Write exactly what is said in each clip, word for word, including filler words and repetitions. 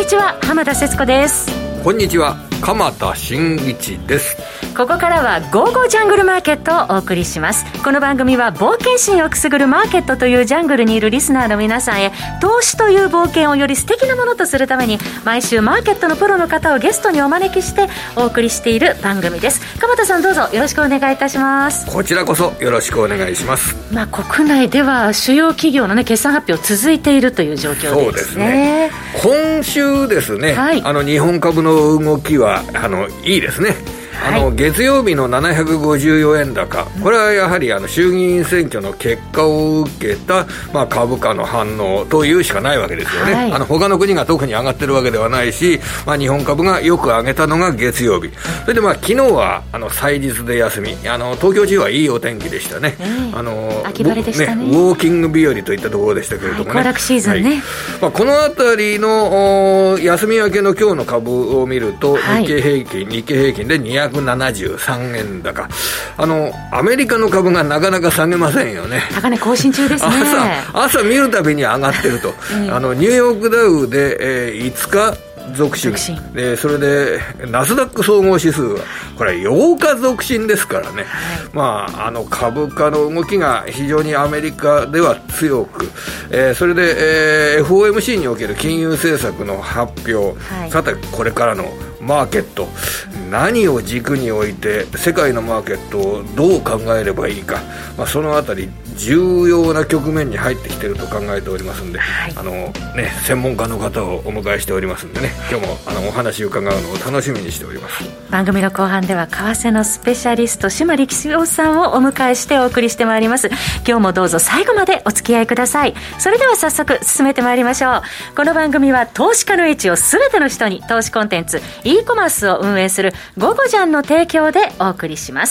にちは、浜田節子です。 こんにちは、鎌田新一です。 ここからはゴーゴージャングルマーケットをお送りします。この番組は冒険心をくすぐるマーケットというジャングルにいるリスナーの皆さんへ、投資という冒険をより素敵なものとするために、毎週マーケットのプロの方をゲストにお招きしてお送りしている番組です。鎌田さん、どうぞよろしくお願いいたします。 こちらこそよろしくお願いします。 まあ、国内では主要企業の、ね、決算発表続いているという状況ですね。 そうですね。今週ですね、はい、あの日本株の動きはあのいいですね。あの月曜日のななひゃくごじゅうよえん高、これはやはりあの衆議院選挙の結果を受けた、まあ、株価の反応というしかないわけですよね、はい、あの他の国が特に上がってるわけではないし、まあ、日本株がよく上げたのが月曜日、それでまあ昨日はあの祭日で休み、あの東京地方はいいお天気でしたね、うん、あの秋晴れでしたね。 ウォーキング日和といったところでしたけれどもね、 はい、行楽シーズンね、はい、 まあ、このあたりの休み明けの今日の株を見ると、 はい、 日経平均日経平均でにひゃくななじゅうさんえん高、あのアメリカの株がなかなか下げませんよね。 高値更新中ですね。 朝, 朝見るたびに上がってると、うん、あのニューヨークダウで、えー、いつか続伸で、それでナスダック総合指数はこれようか続伸ですからね、はい、まあ、あの株価の動きが非常にアメリカでは強く、えー、それで、えー、エフオーエムシー における金融政策の発表、はい、さてこれからのマーケット、何を軸に置いて世界のマーケットをどう考えればいいか、まあ、そのあたり重要な局面に入ってきていると考えておりますので、はい、あのね、専門家の方をお迎えしておりますのでね、今日もあのお話を伺うのを楽しみにしております。 番組の後半では為替のスペシャリスト島力夫さんをお迎えしてお送りしてまいります。今日もどうぞ最後までお付き合いください。それでは早速進めてまいりましょう。この番組は投資家の位置をすべての人に、投資コンテンツ e コマースを運営するゴゴジャンの提供でお送りします。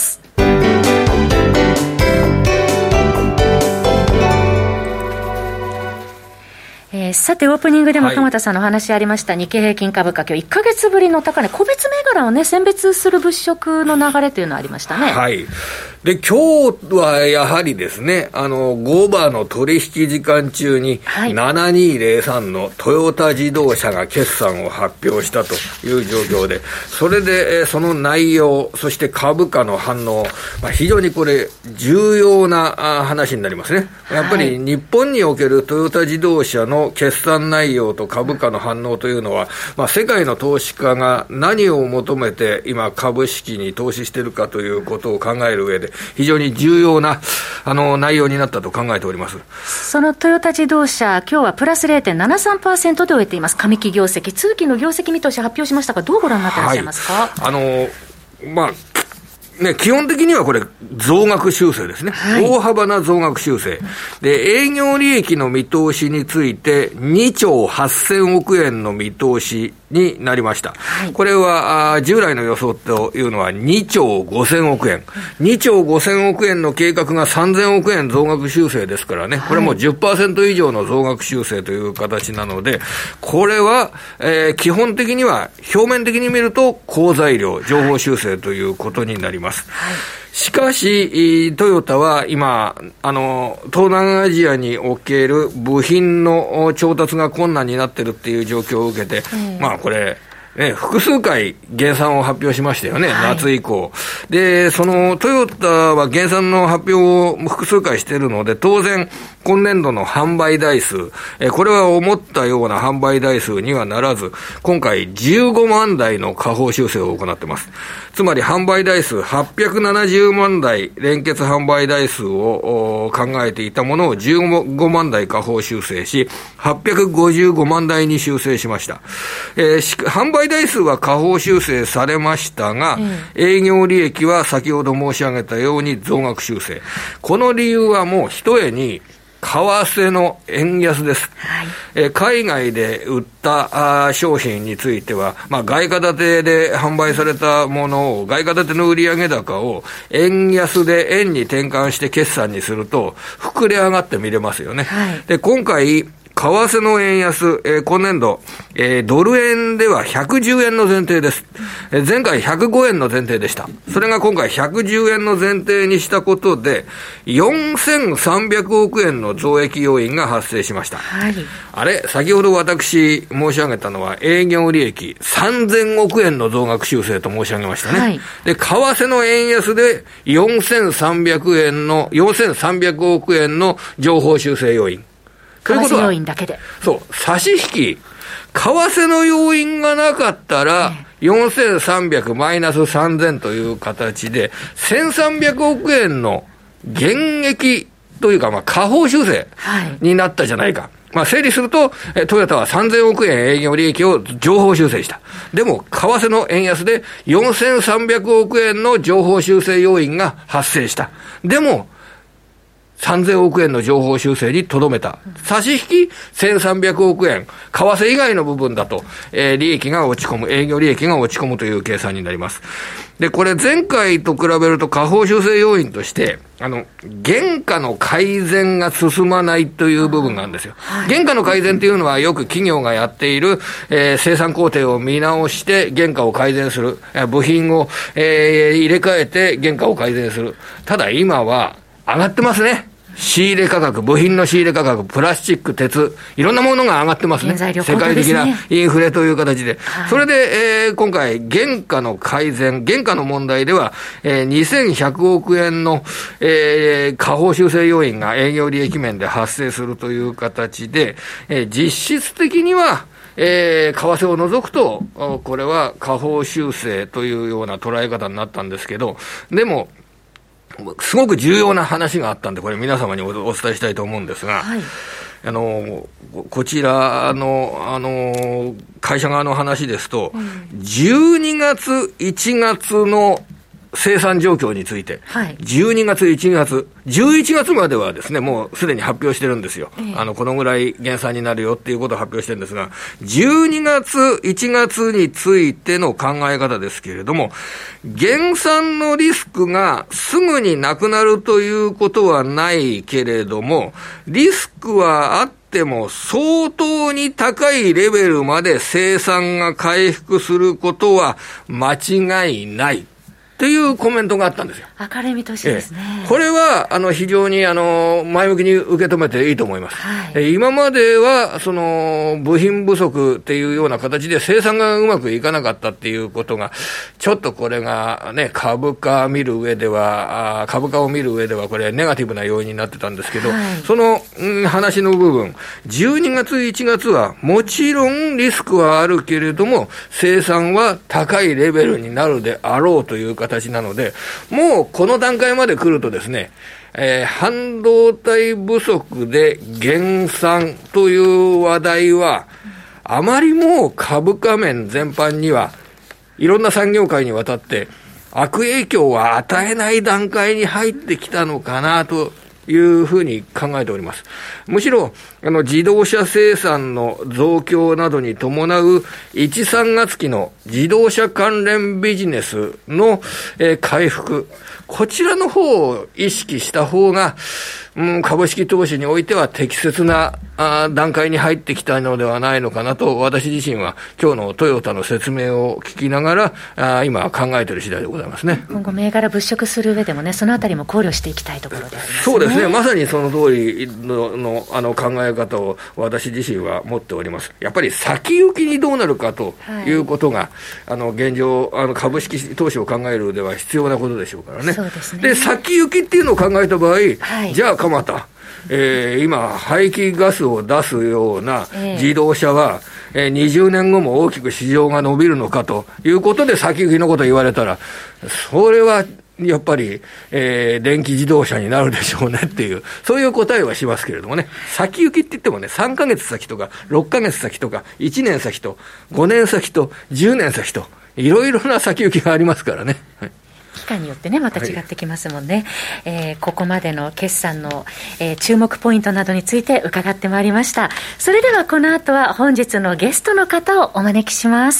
えー、さてオープニングでも鎌田さんのお話ありました、はい、日経平均株価、今日いっかげつぶりの高値、個別銘柄を、ね、選別する物色の流れというのありましたね。 はい、で今日はやはりですね、あのごばの取引時間中にななにぜろさんのトヨタ自動車が決算を発表したという状況で、それでその内容、そして株価の反応、まあ、非常にこれ重要な話になりますね。やっぱり日本におけるトヨタ自動車の決算内容と株価の反応というのは、まあ、世界の投資家が何を求めて今株式に投資しているかということを考える上で非常に重要なあの内容になったと考えております。 そのトヨタ自動車、今日はプラス れいてんななさんパーセント で終えています。上期業績、通期の業績見通し発表しましたが、どうご覧になっていらっしゃいますか。はい、 あのまあね、基本的にはこれ増額修正ですね、はい、大幅な増額修正で、営業利益の見通しについてにちょうはっせんおくえんの見通しになりました、はい、これは従来の予想というのはにちょうごせんおくえん、にちょうごせんおくえんの計画がさんぜんおくえん増額修正ですからね、これも じゅっパーセント 以上の増額修正という形なので、これは、えー、基本的には表面的に見ると好材料情報修正ということになります。はい、しかしトヨタは今あの東南アジアにおける部品の調達が困難になっているっていう状況を受けて、うん、まあこれね、複数回減産を発表しましたよね、はい、夏以降で、そのトヨタは減産の発表を複数回しているので、当然今年度の販売台数、えこれは思ったような販売台数にはならず、今回じゅうごまんだいの下方修正を行っています。つまり販売台数はっぴゃくななじゅうまんだい、連結販売台数を考えていたものをじゅうごまんだい下方修正し、はっぴゃくごじゅうごまんだいに修正しました。えー、販売台数は下方修正されましたが、うん、営業利益は先ほど申し上げたように増額修正。この理由はもうひとえに為替の円安です、はい、え海外で売ったあ商品については、まあ、外貨建てで販売されたものを、外貨建ての売上高を円安で円に転換して決算にすると膨れ上がって見れますよね、はい、で今回為替の円安、えー、今年度、えー、ドル円ではひゃくじゅうえんの前提です。えー、前回ひゃくごえんの前提でした。それが今回ひゃくじゅうえんの前提にしたことで、よんせんさんびゃくおくえんの増益要因が発生しました。はい、あれ、先ほど私申し上げたのは営業利益さんぜんおくえんの増額修正と申し上げましたね。はい、で、為替の円安でよんせんさんびゃくえんの、よんせんさんびゃくおくえんの情報修正要因。 為替要因だけで。 そう、差し引き、為替の要因がなかったら、ね、よんせんさんびゃくマイナスさんぜんという形で、せんさんびゃくおくえんの減益というか、まあ、下方修正になったじゃないか。はい、まあ、整理すると、トヨタはさんぜんおくえん営業利益を上方修正した。でも、為替の円安でよんせんさんびゃくおくえんの上方修正要因が発生した。でも、さんぜんおくえんの情報修正にとどめた。差し引きせんさんびゃくおくえん。為替以外の部分だと、えー、利益が落ち込む、営業利益が落ち込むという計算になります。で、これ前回と比べると下方修正要因として、あの、原価の改善が進まないという部分があるんですよ。原価の改善というのはよく企業がやっている、えー、生産工程を見直して原価を改善する。部品を、えー、入れ替えて原価を改善する。ただ今は、上がってますね。仕入れ価格、部品の仕入れ価格、プラスチック、鉄、いろんなものが上がってますね。 世界的なインフレという形で。はい、それで、えー、今回、原価の改善、原価の問題では、えー、にせんひゃくおくえんの、えー、下方修正要因が営業利益面で発生するという形で、えー、実質的には、えー、為替を除くと、これは下方修正というような捉え方になったんですけど、でも、すごく重要な話があったんで、これ皆様に お, お伝えしたいと思うんですが、はい、あの、こちらの、あの、会社側の話ですと、うん、じゅうにがつ、いちがつの生産状況について、はい、じゅうにがつ、いちがつ、じゅういちがつまではですね、もうすでに発表してるんですよ。えー、あの、このぐらい減産になるよっていうことを発表してるんですが、じゅうにがつ、いちがつについての考え方ですけれども、減産のリスクがすぐになくなるということはないけれども、リスクはあっても相当に高いレベルまで生産が回復することは間違いない。っていうコメントがあったんですよ。 明るい見通しですね。 ええ、これは、あの、非常に、あの、前向きに受け止めていいと思います。はい、今までは、その、部品不足っていうような形で生産がうまくいかなかったっていうことが、ちょっとこれがね、株価見る上では、あ株価を見る上では、これネガティブな要因になってたんですけど、はい、その、うん、話の部分、じゅうにがつ、いちがつは、もちろんリスクはあるけれども、生産は高いレベルになるであろうという形形なので、もうこの段階まで来るとですね、えー、半導体不足で減産という話題は、あまりもう株価面全般にはいろんな産業界にわたって悪影響は与えない段階に入ってきたのかなというふうに考えております。むしろ、あの、自動車生産の増強などに伴ういち、さんがつ期の自動車関連ビジネスの、えー、回復、こちらの方を意識した方が、うん、株式投資においては適切なあ段階に入ってきたのではないのかなと、私自身は今日のトヨタの説明を聞きながら、あ今考えている次第でございますね。 今後銘柄物色する上でもね、そのあたりも考慮していきたいところですね。 そうですね。まさにその通りの、の、あの考え方を私自身は持っております。やっぱり先行きにどうなるかということが、はい、あの現状、あの株式投資を考える上では必要なことでしょうからね。 そうですね。 で、先行きっていうのを考えた場合、はい、じゃあ蒲田、えー、今排気ガスを出すような自動車は、えー、にじゅうねんごも大きく市場が伸びるのかということで先行きのことを言われたら、それはやっぱり、えー、電気自動車になるでしょうねっていう、そういう答えはしますけれどもね。先行きって言ってもね、さんかげつ先とかろっかげつ先とかいちねん先とごねん先とじゅうねん先といろいろな先行きがありますからね。はい、 期間によってね、また違ってきますもんね。はい、えー、ここまでの決算の、えー、注目ポイントなどについて伺ってまいりました。それではこの後は本日のゲストの方をお招きします。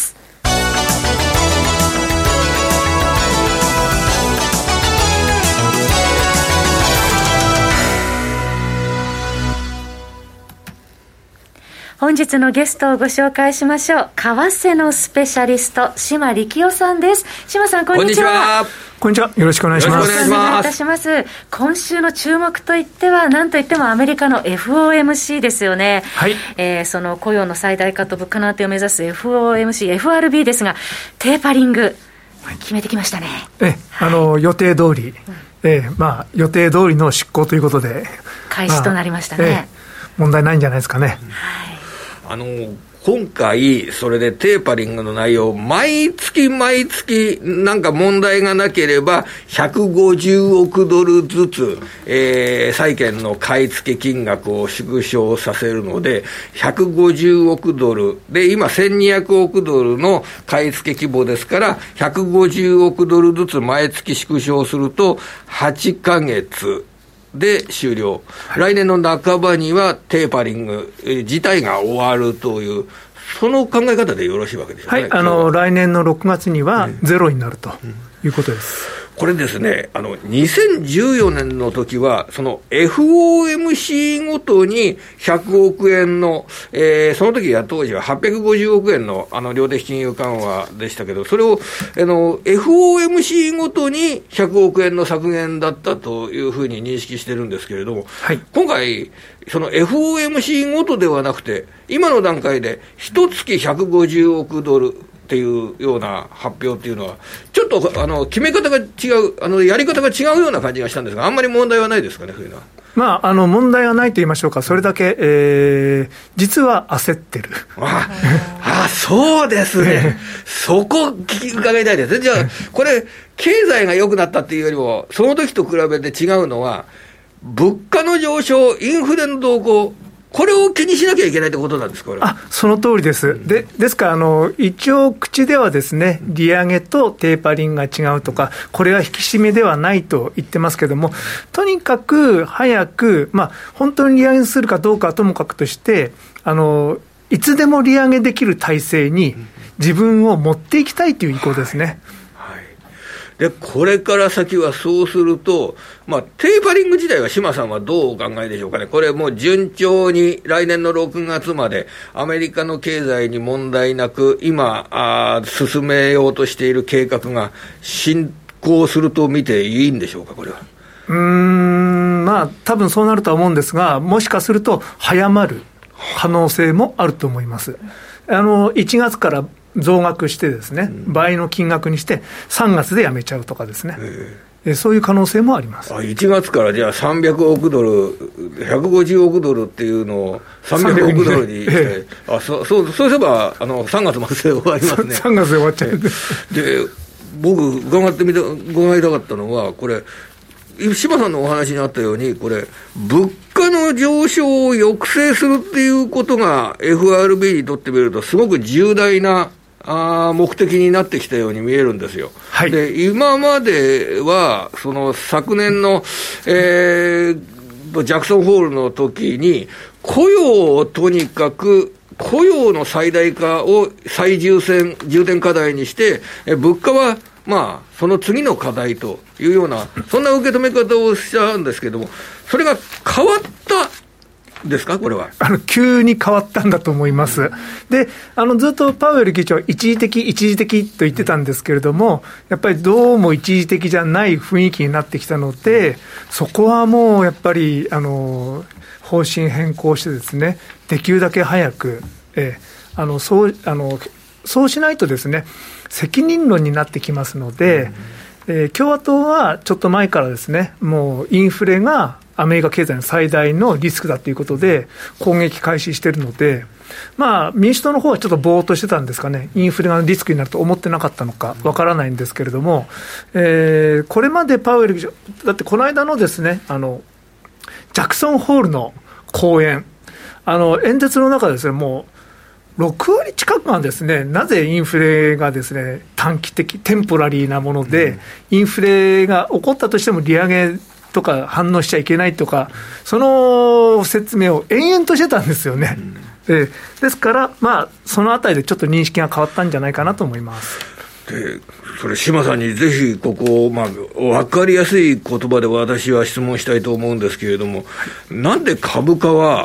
本日のゲストをご紹介しましょう。為替のスペシャリスト、島力夫さんです。島さん、こんにちは。 こんにちは。よろしくお願いします。 よろしくお願いいたします。今週の注目といっては、なんといってもアメリカの エフオーエムシー ですよね。 はい。 えー、その雇用の最大化と物価の安定を目指す エフオーエムシー、エフアールビー ですが、テーパリング、決めてきましたね。 え、あの、予定通り、うん、えー、まあ、予定通りの執行ということで。 開始となりましたね。まあ、えー、問題ないんじゃないですかね。 はい。あの、今回、それでテーパリングの内容、毎月毎月、なんか問題がなければ、ひゃくごじゅうおくドルずつ、えー、債券の買い付け金額を縮小させるので、ひゃくごじゅうおくドル、で、今、せんにひゃくおくドルの買い付け規模ですから、ひゃくごじゅうおくドルずつ毎月縮小すると、はちかげつ。で終了、はい、来年の半ばにはテーパリング自体が終わるという、その考え方でよろしいわけでしょうかね。 はい、あの来年のろくがつにはゼロになるということです。 うんうん、これですね、あのにせんじゅうよねんの時はその エフオーエムシー ごとにひゃくおくえんの、えー、その時は当時ははっぴゃくごじゅうおくえんのあの量的金融緩和でしたけど、それをあの エフオーエムシー ごとにひゃくおくえんの削減だったというふうに認識してるんですけれども、はい、今回その エフオーエムシー ごとではなくて、今の段階で一月ひゃくごじゅうおくドルっていうような発表っていうのは、ちょっとあの決め方が違う、あのやり方が違うような感じがしたんですが、あんまり問題はないですかね、そういうのは。 まあ、あの問題はないと言いましょうか、それだけ、えー、実は焦ってる。 ああ、そうですね、そこ聞き伺いたいです。じゃあ、これ、経済が良くなったっていうよりも、その時と比べて違うのは、物価の上昇、インフレの動向、これを気にしなきゃいけないってことなんですか。これあその通りです。うん、でですからあの一応口ではですね、利上げとテーパリングが違うとか、これは引き締めではないと言ってますけども、とにかく早く、まあ、本当に利上げするかどうかはともかくとして、あのいつでも利上げできる体制に自分を持っていきたいという意向ですね。はいで、これから先はそうすると、まあ、テーパリング自体は島さんはどうお考えでしょうかね。これもう順調に来年のろくがつまでアメリカの経済に問題なく今あ進めようとしている計画が進行すると見ていいんでしょうか、これは。 うーん、まあ多分そうなるとは思うんですが、もしかすると早まる可能性もあると思います。あのいちがつから増額してですね、うん、倍の金額にしてさんがつでやめちゃうとかですね、えー、そういう可能性もあります。 あいちがつからじゃあさんびゃくおくドル、ひゃくごじゅうおくドルっていうのをさんびゃくおくドルにして、えー、あそそうそうすればあのさんがつまで終わりますね。 さんがつで終わっちゃう。 で僕伺ってみた伺いたかったのは、これ柴さんのお話にあったように、これ物価の上昇を抑制するっていうことが エフアールビー にとってみるとすごく重大なあ目的になってきたように見えるんですよ。はい、で今まではその昨年の、えー、ジャクソンホールの時に雇用をとにかく雇用の最大化を最優先重点課題にして、え物価はまあその次の課題というような、そんな受け止め方をしたんですけども、それが変わったですか、これは。 あの急に変わったんだと思います。で、あのずっとパウエル議長、一時的、一時的と言ってたんですけれども、やっぱりどうも一時的じゃない雰囲気になってきたので、そこはもうやっぱりあの方針変更してですね、できるだけ早く、えー、あのそうあのそうしないとですね、責任論になってきますので、うんえー、共和党はちょっと前からですね、もうインフレがアメリカ経済の最大のリスクだということで攻撃開始しているので、まあ、民主党の方はちょっとぼーっとしてたんですかね、インフレがリスクになると思ってなかったのかわからないんですけれども、えー、これまでパウエル議長、だってこの間のですね、あのジャクソンホールの講演、あの演説の中でですね、もうろくわり近くがですね、なぜインフレがですね、短期的テンポラリーなもので、インフレが起こったとしても利上げとか反応しちゃいけないとか、その説明を延々としてたんですよね。で、ですから、まあ、そのあたりでちょっと認識が変わったんじゃないかなと思います。 でそれ島さんにぜひここ、まあ、分かりやすい言葉で私は質問したいと思うんですけれども、はい、なんで株価はそ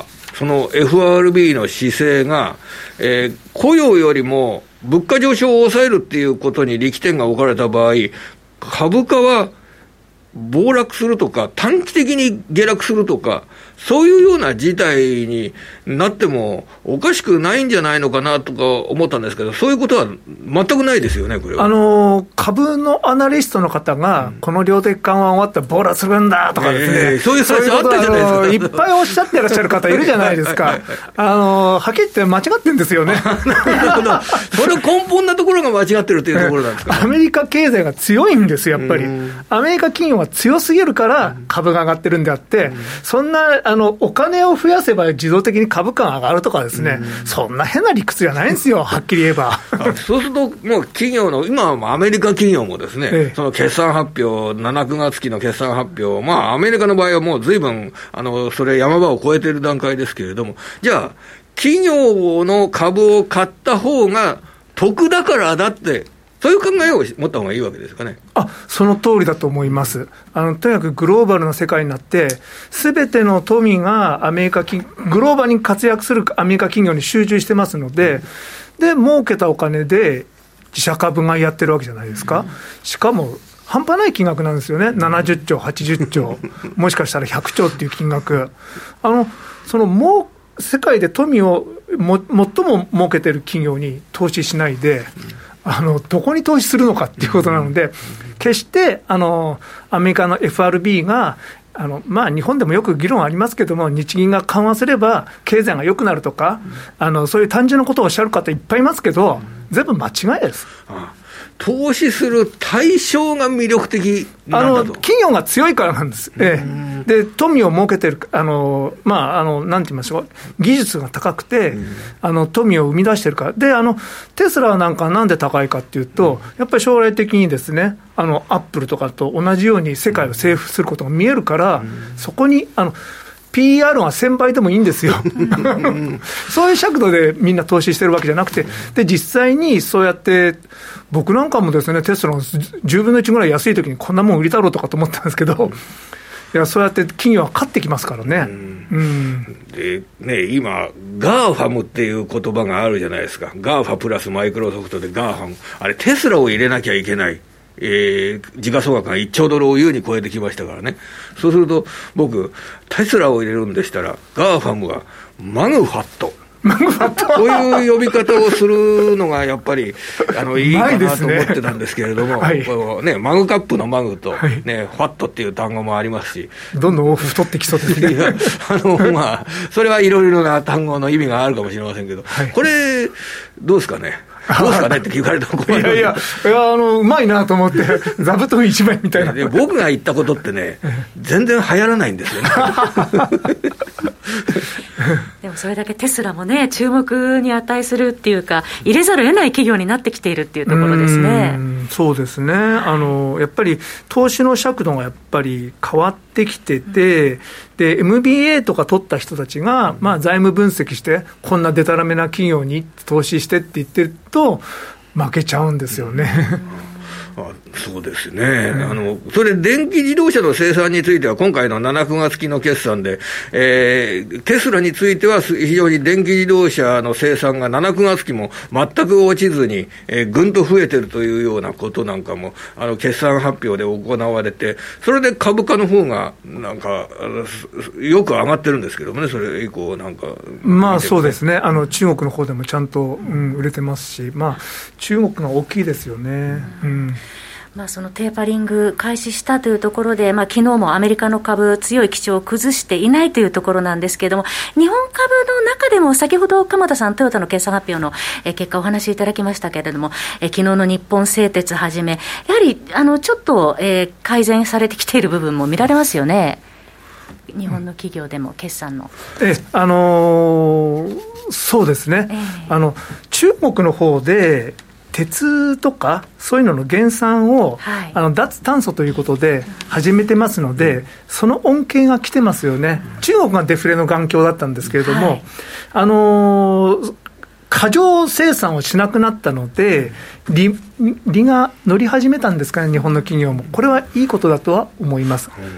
その エフアールビー の姿勢が、えー、雇用よりも物価上昇を抑えるっていうことに力点が置かれた場合、株価は暴落するとか短期的に下落するとか、そういうような事態になってもおかしくないんじゃないのかなとか思ったんですけど、そういうことは全くないですよね、これは。 あの株のアナリストの方が、うん、この量的緩和終わったら暴落するんだとかですね、えー、 そういう話あったじゃないですか。 いっぱいおっしゃってらっしゃる方いるじゃないですか。あのはっきり言って間違ってるんですよね。 なるほど。それ根本なところが間違ってるというところなんですか、ね、 アメリカ経済が強いんですよ、やっぱり。アメリカ企業が強すぎるから株が上がってるんであって、そんなあのお金を増やせば自動的に株価が上がるとかですね、そんな変な理屈じゃないんですよ、はっきり言えば。 そうすると、もう企業の、今はアメリカ企業もですね、ええ、その決算発表、なな、くがつ期の決算発表、まあ、アメリカの場合はもうずいぶん、あの、それ山場を超えている段階ですけれども、じゃあ、企業の株を買った方が得だからだって、そういう考えを持った方がいいわけですかね。 あ、その通りだと思います。あのとにかくグローバルな世界になって、すべての富がアメリカグローバルに活躍するアメリカ企業に集中してますので、で儲けたお金で自社株買いやってるわけじゃないですか。しかも半端ない金額なんですよね。ななじゅっちょう、はちじゅっちょう、もしかしたらひゃくちょうっていう金額。あのそのもう世界で富をも最も儲けてる企業に投資しないで、あのどこに投資するのかっていうことなので、決してあのアメリカの エフアールビー があの、まあ、日本でもよく議論ありますけども、日銀が緩和すれば経済が良くなるとか、あのそういう単純なことをおっしゃる方いっぱいいますけど、全部間違いです。 ああ、投資する対象が魅力的なんだと。 あの企業が強いからなんです、ええ、で富を儲けてる、あの、まあ、あのなんて言いましょう、技術が高くて、あの富を生み出してるからで、あのテスラなんかなんで高いかっていうと、やっぱり将来的にですね、あのアップルとかと同じように世界を征服することが見えるから、そこにあのピーアール がせんばいでもいいんですよ。そういう尺度でみんな投資してるわけじゃなくて、で実際にそうやって、僕なんかもですね、テスラのじゅうぶんのいちぐらい安い時にこんなもん売りだろうとかと思ったんですけど、いやそうやって企業は勝ってきますからね。うんうん、 でね、今ガーファムっていう言葉があるじゃないですか。ガーファプラスマイクロソフトでガーファム、あれテスラを入れなきゃいけない、えー、時価総額がいっちょうドルを優に超えてきましたからね。そうすると僕テスラを入れるんでしたら、ガーファムがマグファットこういう呼び方をするのがやっぱりあのいいかなと思ってたんですけれども、はい、こうね、マグカップのマグと、ね、ファットっていう単語もありますし、 どんどん太ってきそうですね。いや、 あの、まあ、それはいろいろな単語の意味があるかもしれませんけど、はい、これどうですかね。どうですかねって聞かれたら困る。 いやいや、いや、あのうまいなと思って座布団一枚みたいな。 で僕が言ったことってね、全然流行らないんですよね。 でもそれだけテスラもね、注目に値するっていうか、入れざるを得ない企業になってきているっていうところですね。 うん、そうですね。あのやっぱり投資の尺度がやっぱり変わってきてて、うん、で エムビーエー とか取った人たちが、まあ、財務分析してこんなデタラメな企業に投資してって言ってると負けちゃうんですよね。 あ、そうですね、うん、あのそれ電気自動車の生産については今回のなな、くがつ期の決算で、えー、テスラについては非常に電気自動車の生産がなな、くがつ期も全く落ちずに、えー、ぐんと増えてるというようなことなんかもあの決算発表で行われて、それで株価の方がなんかよく上がってるんですけどもね、それ以降なんか、 まあそうですね、あの中国の方でもちゃんと、うん、売れてますし、まあ中国が大きいですよね。うん、うんまあ、そのテーパリング開始したというところで、まあ、昨日もアメリカの株強い基調を崩していないというところなんですけれども、日本株の中でも先ほど鎌田さんトヨタの決算発表の結果をお話しいただきましたけれども、え昨日の日本製鉄はじめやはりあのちょっと、えー、改善されてきている部分も見られますよね。日本の企業でも決算の、 えあのー、そうですね、えー、あの中国の方で鉄とかそういうのの減産を、はい、あの脱炭素ということで始めてますので、うん、その恩恵が来てますよね、うん、中国がデフレの眼鏡だったんですけれども、はい、あのー、過剰生産をしなくなったので 利, 利が乗り始めたんですかね、日本の企業も。これはいいことだとは思います、 うん、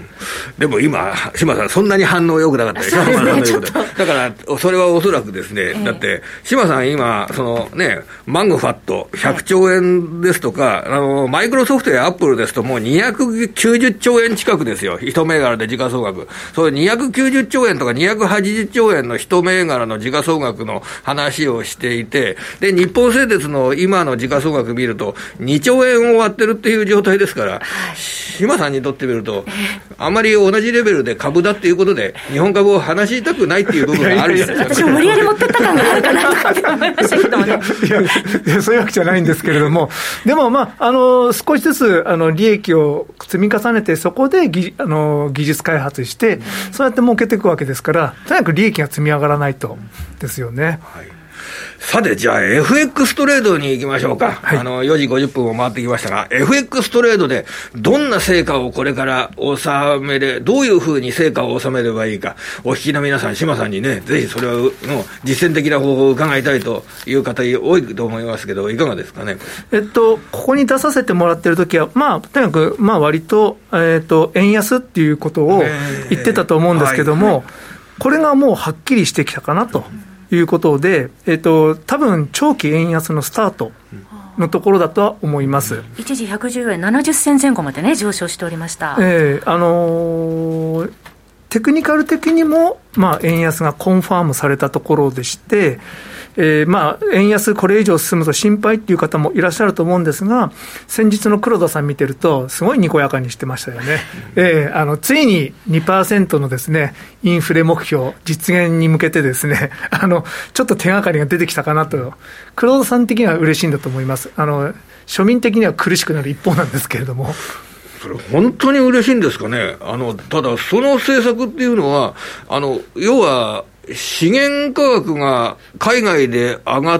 でも今島さんそんなに反応良くなかったでしょ。だからそれはおそらくですね、えー、だって島さん今そのねマグファットひゃくちょうえんですとか、はい、あのマイクロソフトやアップルですともうにひゃくきゅうじゅっちょうえん近くですよ、一銘柄で時価総額。それにひゃくきゅうじゅっちょうえんとかにひゃくはちじゅっちょうえんの一銘柄の時価総額の話をしていて、で日本製鉄の今の時価総額見るとにちょうえんを割ってるっていう状態ですから、はい、島さんにとってみるとあまり同じレベルで株だっていうことで日本株を話したくないっていう部分があるじゃないですか。 私も無理やり持ってった感があるかなとかって思いましたけどもね。いやいやそういうわけじゃないんですけれども、でもまああの少しずつあの利益を積み重ねて、そこでぎあの技術開発して、うん、そうやって儲けていくわけですから、とにかく利益が積み上がらないとですよね。 はい、さてじゃあ エフエックス トレードに行きましょうか、はい、あのよじごじゅっぷんを回ってきましたが、 エフエックス トレードでどんな成果をこれから収めれ、どういうふうに成果を収めればいいか、お聞きの皆さん、島さんにねぜひそれの実践的な方法を伺いたいという方多いと思いますけど、いかがですかね。 えっとここに出させてもらってるときは、まあとにかくまあ割と、えー、っと円安っていうことを言ってたと思うんですけども、はいはい、これがもうはっきりしてきたかなということで、えー、と多分長期円安のスタートのところだとは思います。 一時ひゃくじゅうえんななじゅっせん前後までね上昇しておりました。 えーあのー、テクニカル的にも、まあ、円安がコンファームされたところでして、えーまあ、円安これ以上進むと心配っていう方もいらっしゃると思うんですが、先日の黒田さん見てるとすごいにこやかにしてましたよね。えー、あのついに にパーセント のですねインフレ目標実現に向けてですね、あのちょっと手がかりが出てきたかなと、黒田さん的には嬉しいんだと思います。あの庶民的には苦しくなる一方なんですけれども。 それ本当に嬉しいんですかね。あのただその政策っていうのは、あの要は資源価格が海外で上がって、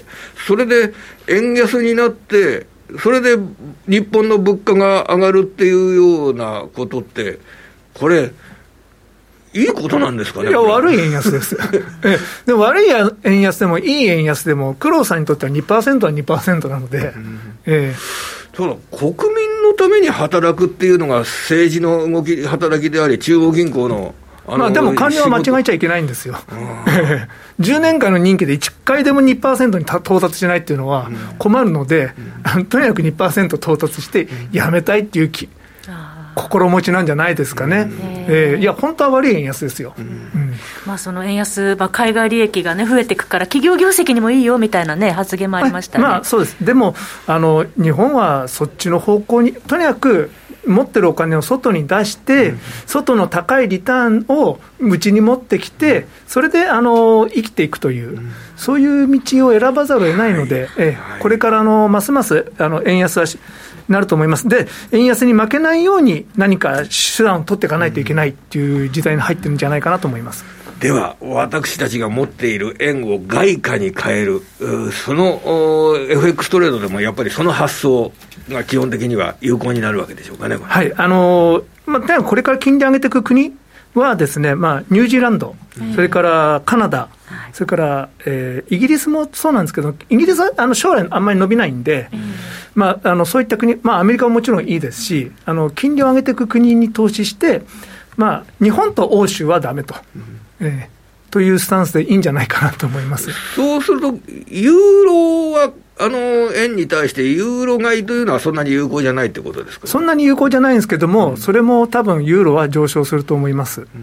それで円安になって、それで日本の物価が上がるっていうようなことって、これいいことなんですかね。 いや悪い円安ですえでも悪い円安でもいい円安でも黒田さんにとっては にパーセント は にパーセント なので、うん、えー、ただ国民のために働くっていうのが政治の動き働きであり、中央銀行のまあ、でも官僚は間違えちゃいけないんですよ。じゅうねんかんの任期でいっかいでも にパーセント に到達しないっていうのは困るので、うん、とにかく にパーセント 到達してやめたいっていう気、うん、心持ちなんじゃないですかね。うん、えー、いや本当は悪い円安ですよ。うんうん、 まあ、その円安、まあ、海外利益が、ね、増えていくから企業業績にもいいよみたいな、ね、発言もありましたね。 まあ、そうです。でもあの日本はそっちの方向にとにかく持ってるお金を外に出して、うん、外の高いリターンをうちに持ってきて、それであの生きていくという、うん、そういう道を選ばざるを得ないので、はい、えこれからあのますますあの円安はなると思います。で円安に負けないように何か手段を取っていかないといけないっていう時代に入ってるんじゃないかなと思います。 では私たちが持っている円を外貨に変える、その エフエックス トレードでもやっぱりその発想が基本的には有効になるわけでしょうかね。 はい、あのまあ、これから金利上げていく国はですね、まあ、ニュージーランド、それからカナダ、それから、えー、イギリスもそうなんですけど、イギリスはあの将来あんまり伸びないんで、まあ、あのそういった国、まあ、アメリカももちろんいいですし、あの金利を上げていく国に投資して、まあ、日本と欧州はダメと、えー、というスタンスでいいんじゃないかなと思います。 そうするとユーロはあの円に対してユーロ買いというのはそんなに有効じゃないってことですか、ね、 そんなに有効じゃないんですけども、うん、それも多分ユーロは上昇すると思います。うん、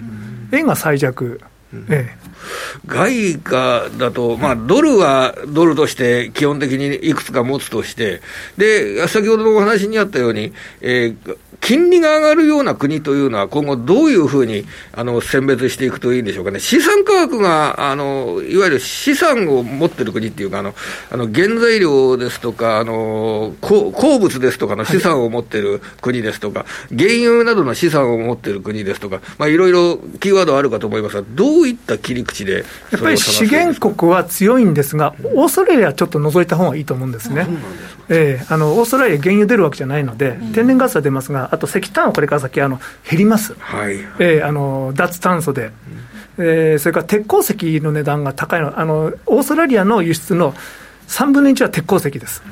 円が最弱、うんええ、 外貨だと、まあ、ドルはドルとして基本的にいくつか持つとして、で先ほどのお話にあったように、えー金利が上がるような国というのは今後どういうふうにあの選別していくといいんでしょうかね。資産価格があのいわゆる資産を持っている国っていうか、あのあの原材料ですとかあの鉱物ですとかの資産を持っている国ですとか、はい、原油などの資産を持っている国ですとか、まあ、いろいろキーワードあるかと思いますが、どういった切り口でやっぱり資源国は強いんですが、オーストラリアはちょっと除いた方がいいと思うんですね。うんえー、あのオーストラリア原油出るわけじゃないので、天然ガスは出ますが、あと石炭はこれから先あの減ります、はいえー、あの脱炭素で、うんえー、それから鉄鉱石の値段が高いの、あのオーストラリアの輸出のさんぶんのいちは鉄鉱石です、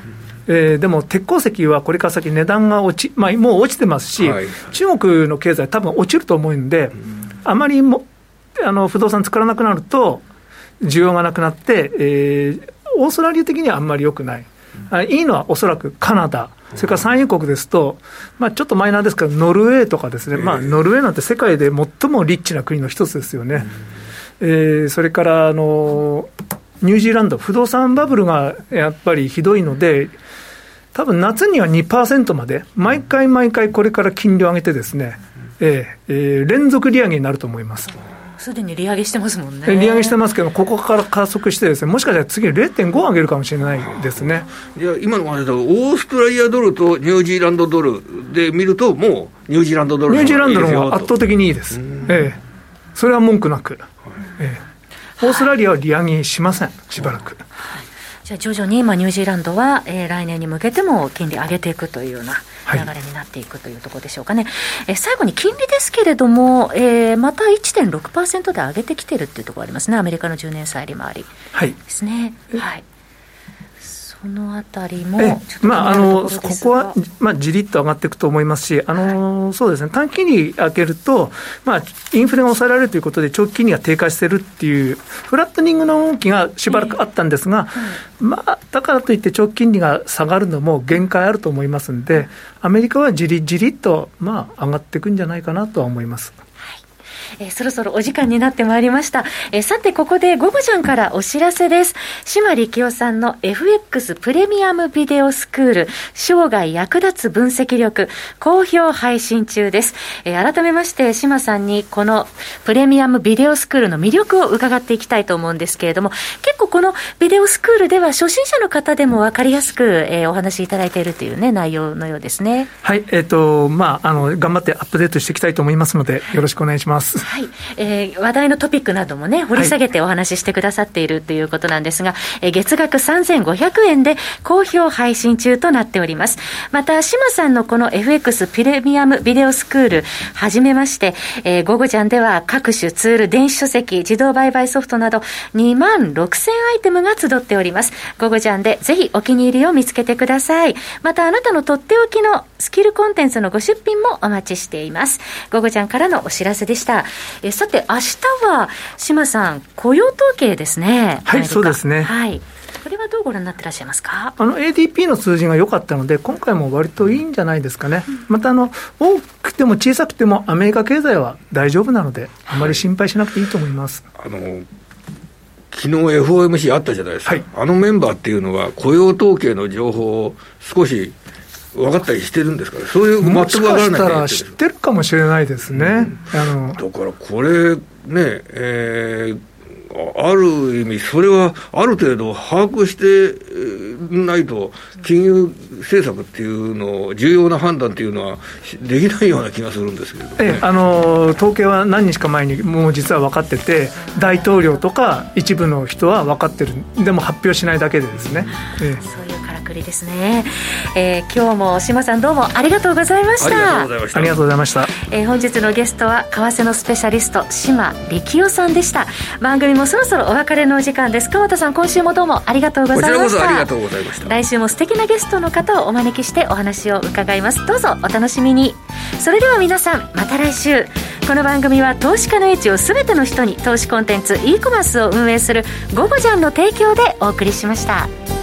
えー、でも鉄鉱石はこれから先値段が落ち、まあ、もう落ちてますし、はい、中国の経済多分落ちると思うんで、うん、あまりもあの不動産作らなくなると需要がなくなって、えー、オーストラリア的にはあんまり良くない、うん、いいのはおそらくカナダ、それから産油国ですと、まあ、ちょっとマイナーですけどノルウェーとかですね、まあ、ノルウェーなんて世界で最もリッチな国の一つですよね、うん、えー、それからあのニュージーランド不動産バブルがやっぱりひどいので、多分夏には にパーセント まで毎回毎回これから金利を上げてですね、えーえー、連続利上げになると思います。 すでに利上げしてますもんね。 利上げしてますけど、ここから加速してですね、もしかしたら次 れいてんご 上げるかもしれないですね。 いや今の話だとオーストラリアドルとニュージーランドドルで見ると、もうニュージーランドドルニュージーランドの方が圧倒的にいいです、ええ、それは文句なく、はい、ええ、オーストラリアは利上げしません、しばらく。 はい、じゃあ徐々に今ニュージーランドは、えー、来年に向けても金利上げていくというような流れになっていくというところでしょうかね。はい、えー、最後に金利ですけれども、えー、また いってんろくパーセント で上げてきてるっていうところありますね。アメリカのじゅうねん債利回りですね。はい、そのあたりもちょっと、 まあ、あのここは、まあ、じりっと上がっていくと思いますし、あの、はい、そうですね、短期金利上げると、まあ、インフレが抑えられるということで長期金利が低下してるっていうフラットニングの動きがしばらくあったんですが、えーはい、まあ、だからといって長期金利が下がるのも限界あると思いますので、アメリカはじりじりっと、まあ、上がっていくんじゃないかなとは思います。 えー、そろそろお時間になってまいりました。えー、さてここでゴゴちゃんからお知らせです。島力夫さんの エフエックス プレミアムビデオスクール生涯役立つ分析力好評配信中です。えー、改めまして島さんにこのプレミアムビデオスクールの魅力を伺っていきたいと思うんですけれども、結構このビデオスクールでは初心者の方でも分かりやすく、えー、お話しいただいているというね内容のようですね。 はい、えーとまあ、あの頑張ってアップデートしていきたいと思いますのでよろしくお願いします。 はい、えー、話題のトピックなどもね掘り下げてお話ししてくださっているということなんですが、はい、えー、月額さんぜんごひゃくえんで好評配信中となっております。また島さんのこの エフエックス プレミアムビデオスクールはじめまして、えー、ゴゴジャンでは各種ツール、電子書籍、自動売買ソフトなどにまんろくせんアイテムが集っております。ゴゴジャンでぜひお気に入りを見つけてください。またあなたのとっておきのスキルコンテンツのご出品もお待ちしています。ゴゴジャンからのお知らせでした。えさて明日は島さん雇用統計ですね。 はい、そうですね。 はい、これはどうご覧になってらっしゃいますか。 あの エーディーピー の数字が良かったので今回も割といいんじゃないですかね。うん、またあの多くても小さくてもアメリカ経済は大丈夫なのであまり心配しなくていいと思います。 はい、あの昨日 エフオーエムシー あったじゃないですか。はい、あのメンバーっていうのは雇用統計の情報を少し分かったりしてるんですかね。そういう全く分からない。 もしかしたら知ってるかもしれないですね。うん、あのだからこれね、えー、ある意味それはある程度把握してないと金融政策っていうの重要な判断っていうのはできないような気がするんですけれども、ね、 ええ、あの統計は何日か前にもう実は分かってて大統領とか一部の人は分かってる、でも発表しないだけでですね、ええ、 そういうからくりですね。えー、今日も島さんどうもありがとうございました。 ありがとうございました。 ありがとうございました。 えー、本日のゲストは為替のスペシャリスト島力夫さんでした。番組もそろそろお別れのお時間です。川田さん今週もどうもありがとうございました。 こちらこそありがとうございました。 来週も素敵なゲストの方をお招きしてお話を伺います。どうぞお楽しみに。それでは皆さんまた来週。この番組は投資家の英知をすべての人に投資コンテンツ e コマースを運営するゴゴジャンの提供でお送りしました。